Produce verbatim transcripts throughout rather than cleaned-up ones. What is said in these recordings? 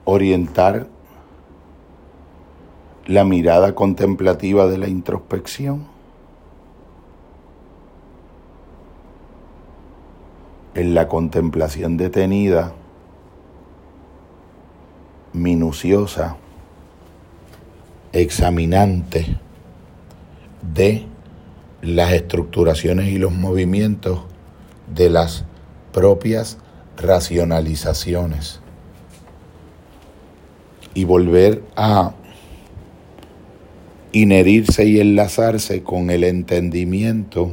orientar la mirada contemplativa de la introspección en la contemplación detenida, minuciosa, examinante de las estructuraciones y los movimientos de las propias racionalizaciones y volver a inherirse y enlazarse con el entendimiento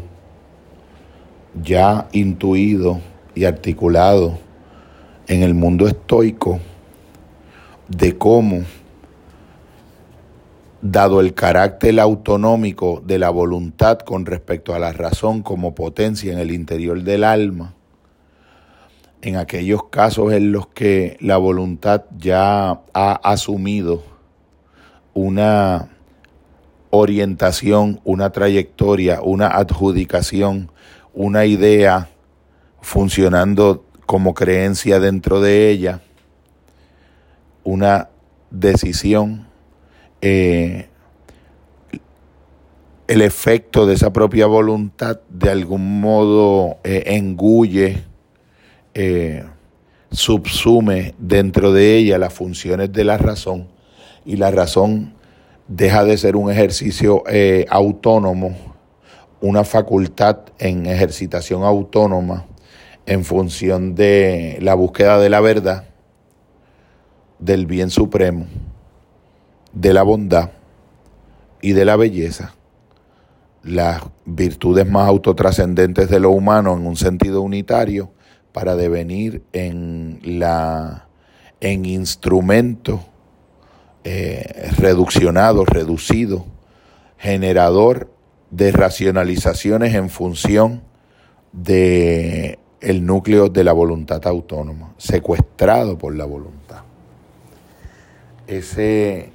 ya intuido y articulado en el mundo estoico de cómo, dado el carácter autonómico de la voluntad con respecto a la razón como potencia en el interior del alma, en aquellos casos en los que la voluntad ya ha asumido una orientación, una trayectoria, una adjudicación, una idea funcionando como creencia dentro de ella, una decisión, eh, el efecto de esa propia voluntad de algún modo eh, engulle, eh, subsume dentro de ella las funciones de la razón, y la razón deja de ser un ejercicio eh, autónomo, una facultad en ejercitación autónoma en función de la búsqueda de la verdad, del bien supremo, de la bondad y de la belleza, las virtudes más autotrascendentes de lo humano en un sentido unitario, para devenir en la en instrumento eh, reduccionado, reducido, generador de racionalizaciones en función de el núcleo de la voluntad autónoma, secuestrado por la voluntad. Ese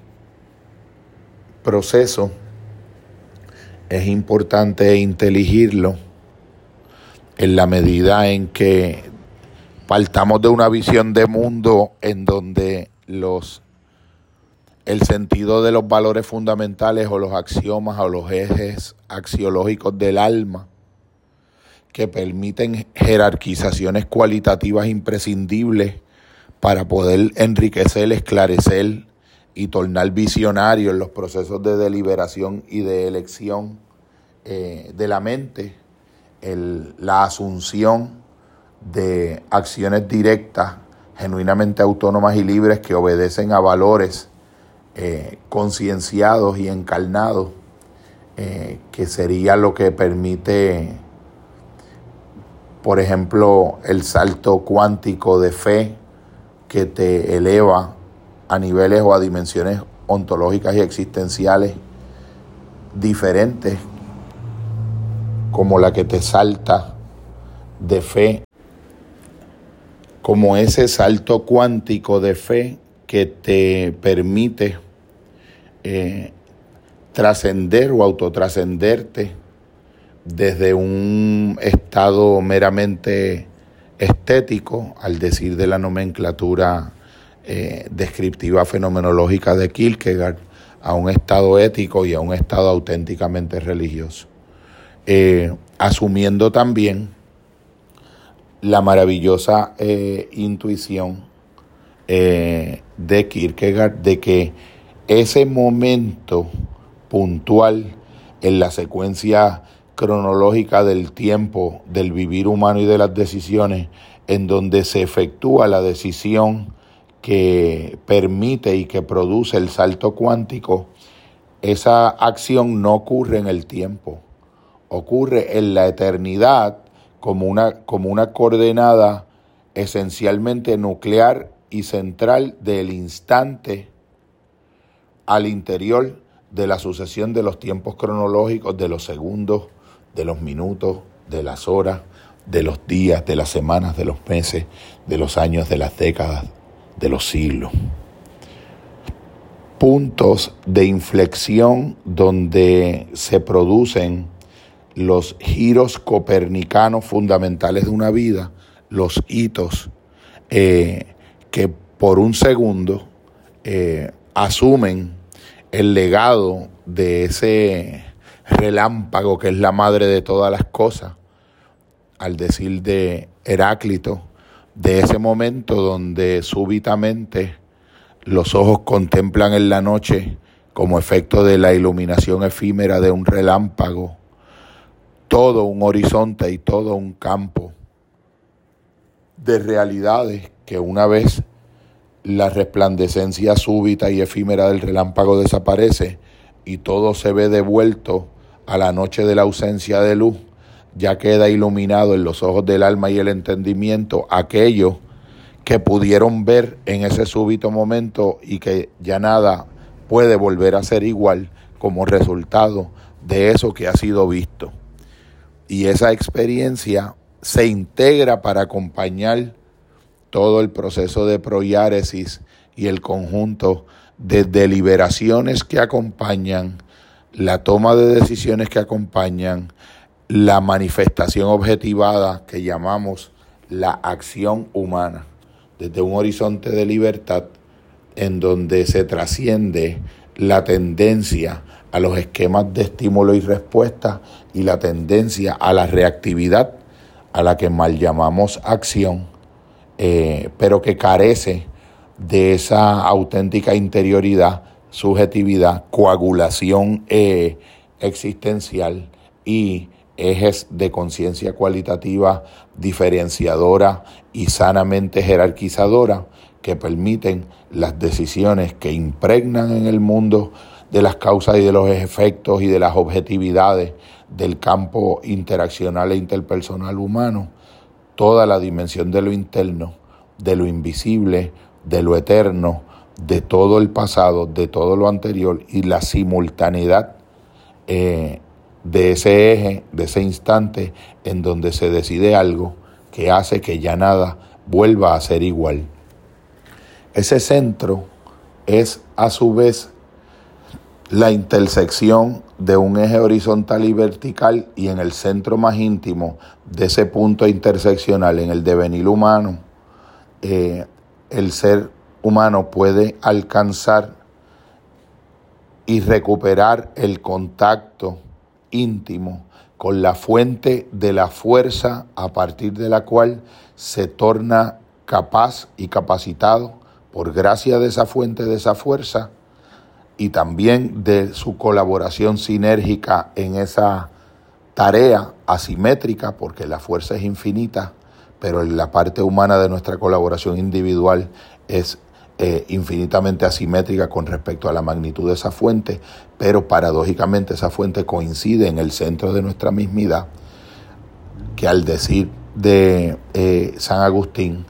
proceso es importante inteligirlo en la medida en que partamos de una visión de mundo en donde los el sentido de los valores fundamentales o los axiomas o los ejes axiológicos del alma que permiten jerarquizaciones cualitativas imprescindibles para poder enriquecer, esclarecer y tornar visionario en los procesos de deliberación y de elección eh, de la mente, el, la asunción de acciones directas, genuinamente autónomas y libres que obedecen a valores eh, concienciados y encarnados, eh, que sería lo que permite, por ejemplo, el salto cuántico de fe que te eleva a niveles o a dimensiones ontológicas y existenciales diferentes, como la que te salta de fe, como ese salto cuántico de fe que te permite eh, trascender o autotrascenderte desde un estado meramente estético, al decir de la nomenclatura eh, descriptiva fenomenológica de Kierkegaard, a un estado ético y a un estado auténticamente religioso. Eh, asumiendo también la maravillosa eh, intuición eh, de Kierkegaard de que ese momento puntual en la secuencia cronológica del tiempo, del vivir humano y de las decisiones, en donde se efectúa la decisión que permite y que produce el salto cuántico, esa acción no ocurre en el tiempo, ocurre en la eternidad como una, como una coordenada esencialmente nuclear y central del instante al interior de la sucesión de los tiempos cronológicos, de los segundos, de los minutos, de las horas, de los días, de las semanas, de los meses, de los años, de las décadas, de los siglos. Puntos de inflexión donde se producen los giros copernicanos fundamentales de una vida, los hitos eh, que por un segundo eh, asumen el legado de ese relámpago que es la madre de todas las cosas, al decir de Heráclito, de ese momento donde súbitamente los ojos contemplan en la noche, como efecto de la iluminación efímera de un relámpago, todo un horizonte y todo un campo de realidades que una vez la resplandecencia súbita y efímera del relámpago desaparece y todo se ve devuelto a la noche de la ausencia de luz, ya queda iluminado en los ojos del alma y el entendimiento aquello que pudieron ver en ese súbito momento y que ya nada puede volver a ser igual como resultado de eso que ha sido visto. Y esa experiencia se integra para acompañar todo el proceso de prohiáresis y el conjunto de deliberaciones que acompañan, la toma de decisiones que acompañan, la manifestación objetivada que llamamos la acción humana, desde un horizonte de libertad en donde se trasciende la tendencia a los esquemas de estímulo y respuesta y la tendencia a la reactividad, a la que mal llamamos acción, eh, pero que carece de esa auténtica interioridad, subjetividad, coagulación eh, existencial y ejes de conciencia cualitativa diferenciadora y sanamente jerarquizadora que permiten las decisiones que impregnan en el mundo de las causas y de los efectos y de las objetividades del campo interaccional e interpersonal humano, toda la dimensión de lo interno, de lo invisible, de lo eterno, de todo el pasado, de todo lo anterior y la simultaneidad eh, de ese eje, de ese instante en donde se decide algo que hace que ya nada vuelva a ser igual. Ese centro es a su vez la intersección de un eje horizontal y vertical, y en el centro más íntimo de ese punto interseccional, en el devenir humano, eh, el ser humano puede alcanzar y recuperar el contacto íntimo con la fuente de la fuerza a partir de la cual se torna capaz y capacitado por gracia de esa fuente, de esa fuerza, y también de su colaboración sinérgica en esa tarea asimétrica, porque la fuerza es infinita, pero en la parte humana de nuestra colaboración individual es eh, infinitamente asimétrica con respecto a la magnitud de esa fuente, pero paradójicamente esa fuente coincide en el centro de nuestra mismidad, que al decir de eh, San Agustín,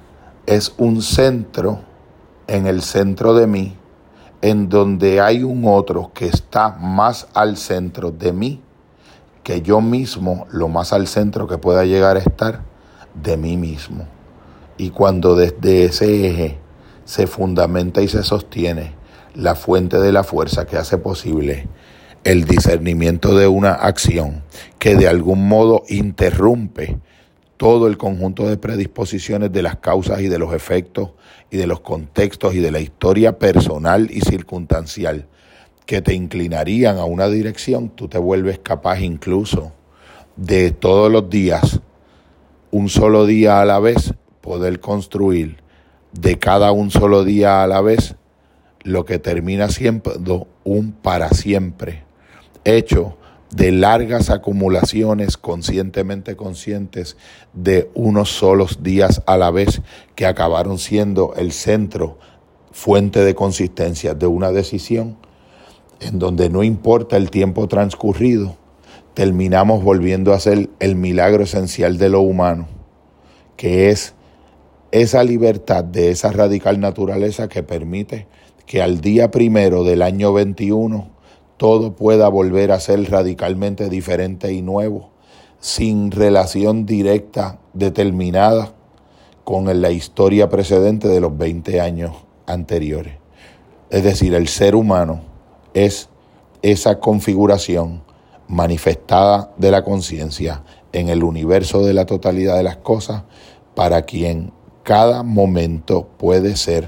es un centro en el centro de mí, en donde hay un otro que está más al centro de mí que yo mismo, lo más al centro que pueda llegar a estar de mí mismo. Y cuando desde ese eje se fundamenta y se sostiene la fuente de la fuerza que hace posible el discernimiento de una acción que de algún modo interrumpe todo el conjunto de predisposiciones de las causas y de los efectos y de los contextos y de la historia personal y circunstancial que te inclinarían a una dirección, tú te vuelves capaz incluso de todos los días, un solo día a la vez, poder construir de cada un solo día a la vez lo que termina siendo un para siempre, hecho de largas acumulaciones conscientemente conscientes de unos solos días a la vez que acabaron siendo el centro, fuente de consistencia de una decisión, en donde no importa el tiempo transcurrido, terminamos volviendo a ser el milagro esencial de lo humano, que es esa libertad de esa radical naturaleza que permite que al día primero del año veintiuno todo pueda volver a ser radicalmente diferente y nuevo, sin relación directa determinada con la historia precedente de los veinte años anteriores. Es decir, el ser humano es esa configuración manifestada de la conciencia en el universo de la totalidad de las cosas, para quien cada momento puede ser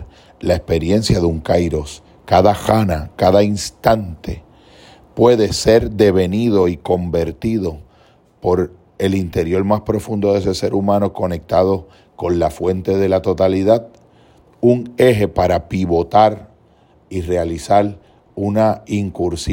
la experiencia de un kairos. Cada jhana, cada instante puede ser devenido y convertido por el interior más profundo de ese ser humano conectado con la fuente de la totalidad, un eje para pivotar y realizar una incursión